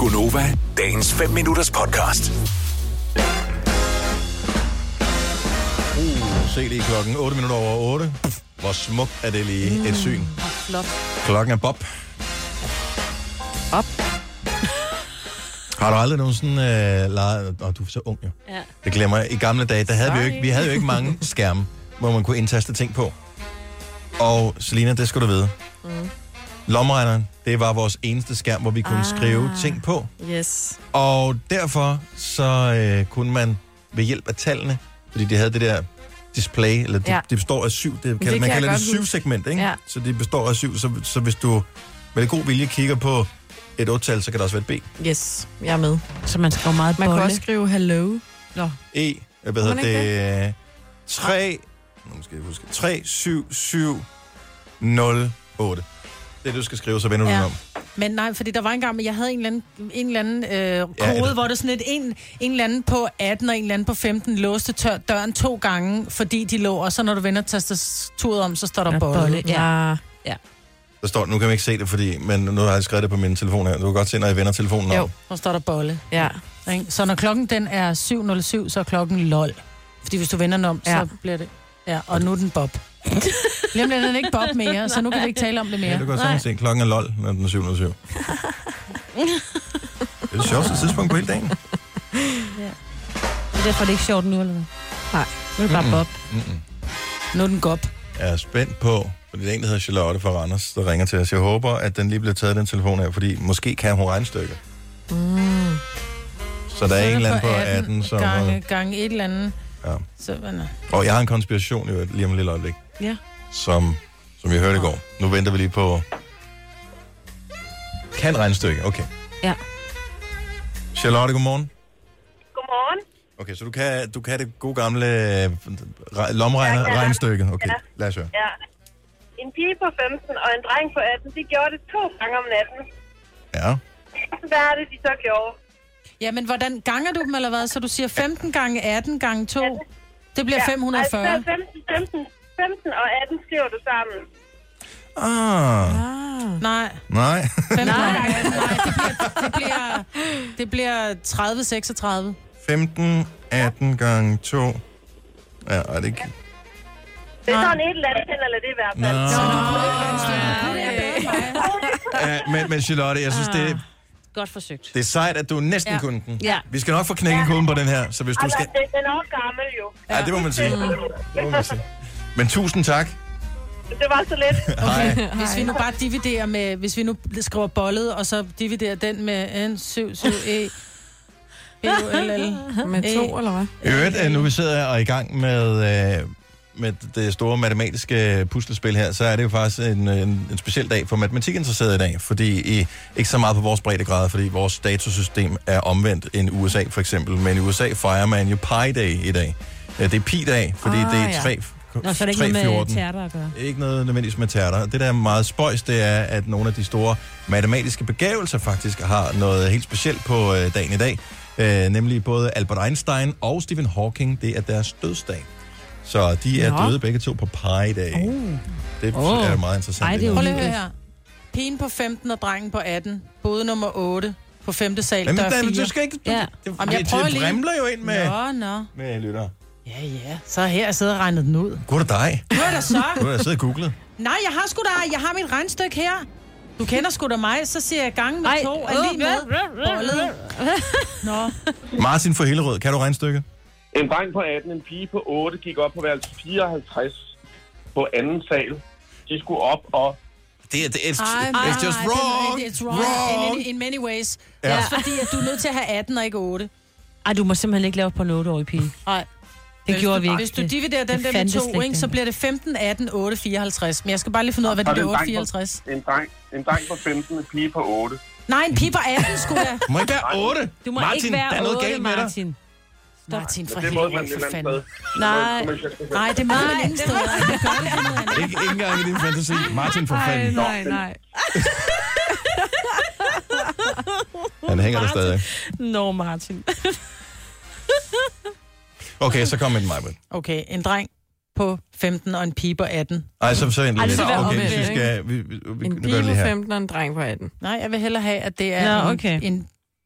Gonova, dagens 5 minutters podcast. Se lige klokken 8 minutter over 8. Hvor smukt er det lige et syn. Flot. Klokken er Bob. Op. Har du aldrig nogensinde leget... du er så ung jo. Ja. Det glemmer jeg. I gamle dage, der havde vi havde jo ikke mange skærme, hvor man kunne indtaste ting på. Og Selina, det skal du vide. Lommeregneren, det var vores eneste skærm, hvor vi kunne skrive ting på. Yes. Og derfor så kunne man ved hjælp af tallene, fordi de havde det der display, eller det består af 7, man kalder det 7-segment, ikke? Ja. Så det består af 7, så hvis du med god vilje kigger på et 8-tal, så kan det også være et B. Yes, jeg er med. Så man skriver meget bolle. Man kan også skrive hello. Nå. Hvad hedder det? 3, nu skal jeg huske, 3, 7, 7, 0, 8. Det du skal skrive, så vender du den om. Men nej, fordi der var engang, jeg havde en eller anden kode, hvor det sådan en eller anden på 18 og en eller anden på 15 låste døren 2 gange, fordi de lå, og så når du vender tastaturet om, så står der bolle. Ja. Der står, nu kan man ikke se det, men nu har jeg skrevet det på min telefon her. Du kan godt se, når jeg vender telefonen om. Jo, så står der bolle. Ja. Så når klokken den er 7.07, så er klokken lol. Fordi hvis du vender den om, så bliver det... Ja, og nu er den Bob. Lige bliver den ikke Bob mere, så nu kan vi ikke tale om det mere. Ja, du kan sådan se, klokken er lol, når den er 7.07. Det er det sjoveste tidspunkt på hele dagen. Ja. Så derfor er det ikke sjovt nu, eller hvad? Nej, nu er det bare Bob. Nu er den Gob. Jeg er spændt på, fordi det er en, der hedder Charlotte fra Randers, der ringer til os. Jeg håber, at den lige bliver taget, den telefon her, fordi måske kan hun regnstykke. Så der er en eller anden på 18, som... Gange et eller andet. Ja. Så, og jeg har en konspiration jo lige om et lille øjeblik. Ja. Som vi hørte i går. Nu venter vi lige på... Kan regnstykke, okay. Ja. Charlotte, godmorgen. Godmorgen. Okay, så du kan det gode gamle lommeregner-regnstykke. Okay, lad os høre. Ja. En pige på 15 og en dreng på 18, de gjorde det 2 gange om natten. Ja. Hvad er det, de så gjorde? Jamen, hvordan ganger du dem, eller hvad? Så du siger 15 gange 18 gange 2. Det bliver 540. Altså 15 og 18 skriver du sammen. Nej. 15 Nej, det bliver 30-36. 15, 18 gange 2. Ja, er det ikke... Det er sådan et eller andet, eller det i hvert fald. Men Charlotte, jeg synes, det er... Godt forsøgt. Det er sejt, at du næsten kunne den. Ja. Vi skal nok få knækket koden på den her, så hvis du skal... Den er også gammel, jo. Ja, det må man sige. Men tusind tak. Det var så let. Okay. Hvis vi nu bare dividerer med... Hvis vi nu skriver bollet, og så dividerer den med N77E... B-U-L-L... Med 2, eller hvad? I øvrigt, nu vi sidder og er i gang med det store matematiske puslespil her, så er det jo faktisk en speciel dag for matematikinteresserede i dag, fordi ikke så meget på vores breddegrad, fordi vores datasystem er omvendt end USA for eksempel, men i USA fejrer man jo Pi Day i dag. Det er Pi-dag, fordi det er 3. Nå, så er det ikke noget med terter at gøre? Ikke noget nødvendigvis med terter. Det, der er meget spøjs, det er, at nogle af de store matematiske begavelser faktisk har noget helt specielt på dagen i dag. Nemlig både Albert Einstein og Stephen Hawking, det er deres dødsdag. Så de er døde begge to på Pi-dag. Det er meget interessant. Prøv lige at høre her. Pigen på 15 og drengen på 18. Både nummer 8 på 5. sal, dør 4. Du skal ikke... Jeg prøver lige. Fremler jo ind med lyttere. Ja. Så her jeg sidder og regnet den ud. God da dig. Nu er der så. Du har siddet og googlet. Nej, jeg har mit regnstykke her. Du kender sgu da mig, så siger jeg gange med 2 er lige med. Bollet. Nå. Martin fra Hillerød, kan du regnstykke? En dreng på 18, en pige på 8 gik op på værelse 54 på anden sal. De skulle op og... It's just wrong. It's wrong. In many ways. Ja. Også fordi, at du er nødt til at have 18 og ikke 8. Ej, du må simpelthen ikke lave på en 8-årig pige. Nej. Det gjorde vi ikke. Hvis du dividerer den der med 2, ikke, så bliver det 15, 18, 8, 54. Men jeg skal bare lige finde ud af, hvad det er 8, 54. En dreng på 15, en pige på 8. Nej, en pige på 18 skulle da. Du må ikke være 8. Du må Martin, ikke være 8, der er noget galt med dig. Martin. Martin, for helvede, for fanden. Nej, det må man ingen steder. Ikke engang i din fantasi. Martin, for fanden. Nej. Han hænger der stadig. Nå, Martin. Okay, så kom med den, Majbrit. Okay, en dreng på 15 og en pige på 18. Ej, så vent lige. Okay, en pige på 15 og en dreng på 18. Nej, jeg vil hellere have, at det er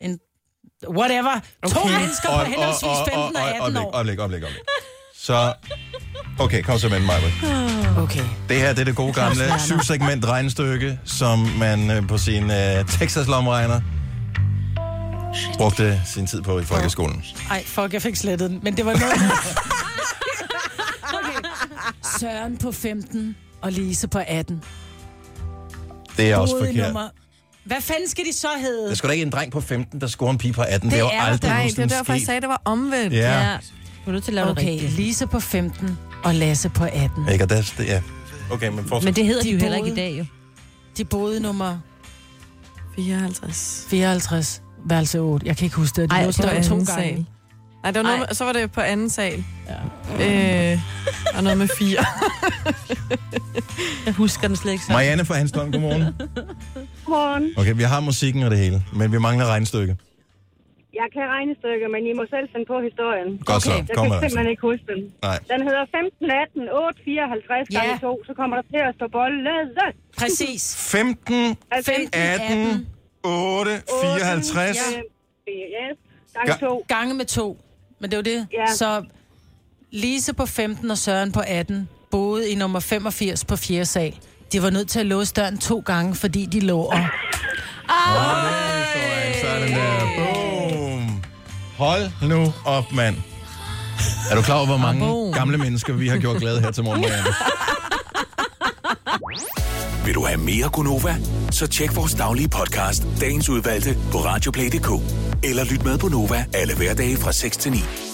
Whatever. Okay. 2 mennesker på henholdsvis 15 og 18 år. Øjeblik. Så, okay, kom så med mig. Okay. Det her, det er det gode gamle 7-segment regnestykke, som man på sin Texas-lomregner brugte sin tid på i folkeskolen. Ej, fuck, jeg fik slettet den. Men det var noget... Okay. Søren på 15 og Lise på 18. Det er også forkert. Hvad fanden skal de så hedde? Der skulle da ikke en dreng på 15, der scorer en pige på 18. Det er jo er aldrig Nej, nogensinde det var derfor, jeg sket. sagde, det var omvendt. Ja. Du er nødt til at lave det Okay, rigtigt. Lise på 15 og Lasse på 18. Ikke, og det, ja. Okay, men fortsæt. Men det hedder de jo heller boede- ikke i dag, jo. De boede nummer 54. 54, værelse 8. Jeg kan ikke huske det. De Ej, låste det var døren 2 anden gange. sal. Nej, det var noget med, så var det på anden sal. Ja. Og noget med 4. Jeg husker den slet ikke så. Marianne fra Hanstholm, godmorgen. Godmorgen. Okay, vi har musikken og det hele, men vi mangler regnstykke. Jeg kan regnestykker, men I må selv finde på historien. Godt så, Jeg kom kan med simpelthen ikke huske den. Nej. Den hedder 15, 18, 8, 54 Ja. gange 2, så kommer der til at stå bolle. Præcis. 15, 18, 8, 54. Yes, gange 2. Gange med 2. Men det er jo det. Ja. Så Lise på 15 og Søren på 18 boede i nummer 85 på 4. sal. De var nødt til at låse døren 2 gange, fordi de lå og... Sådan der. Boom. Hold nu op, mand. Er du klar over, hvor mange gamle mennesker, vi har gjort glade her til morgen, Marianne? Vil du have mere Gunova? Så tjek vores daglige podcast, dagens udvalgte, på radioplay.dk. Eller lyt med på Nova alle hverdage fra 6 til 9.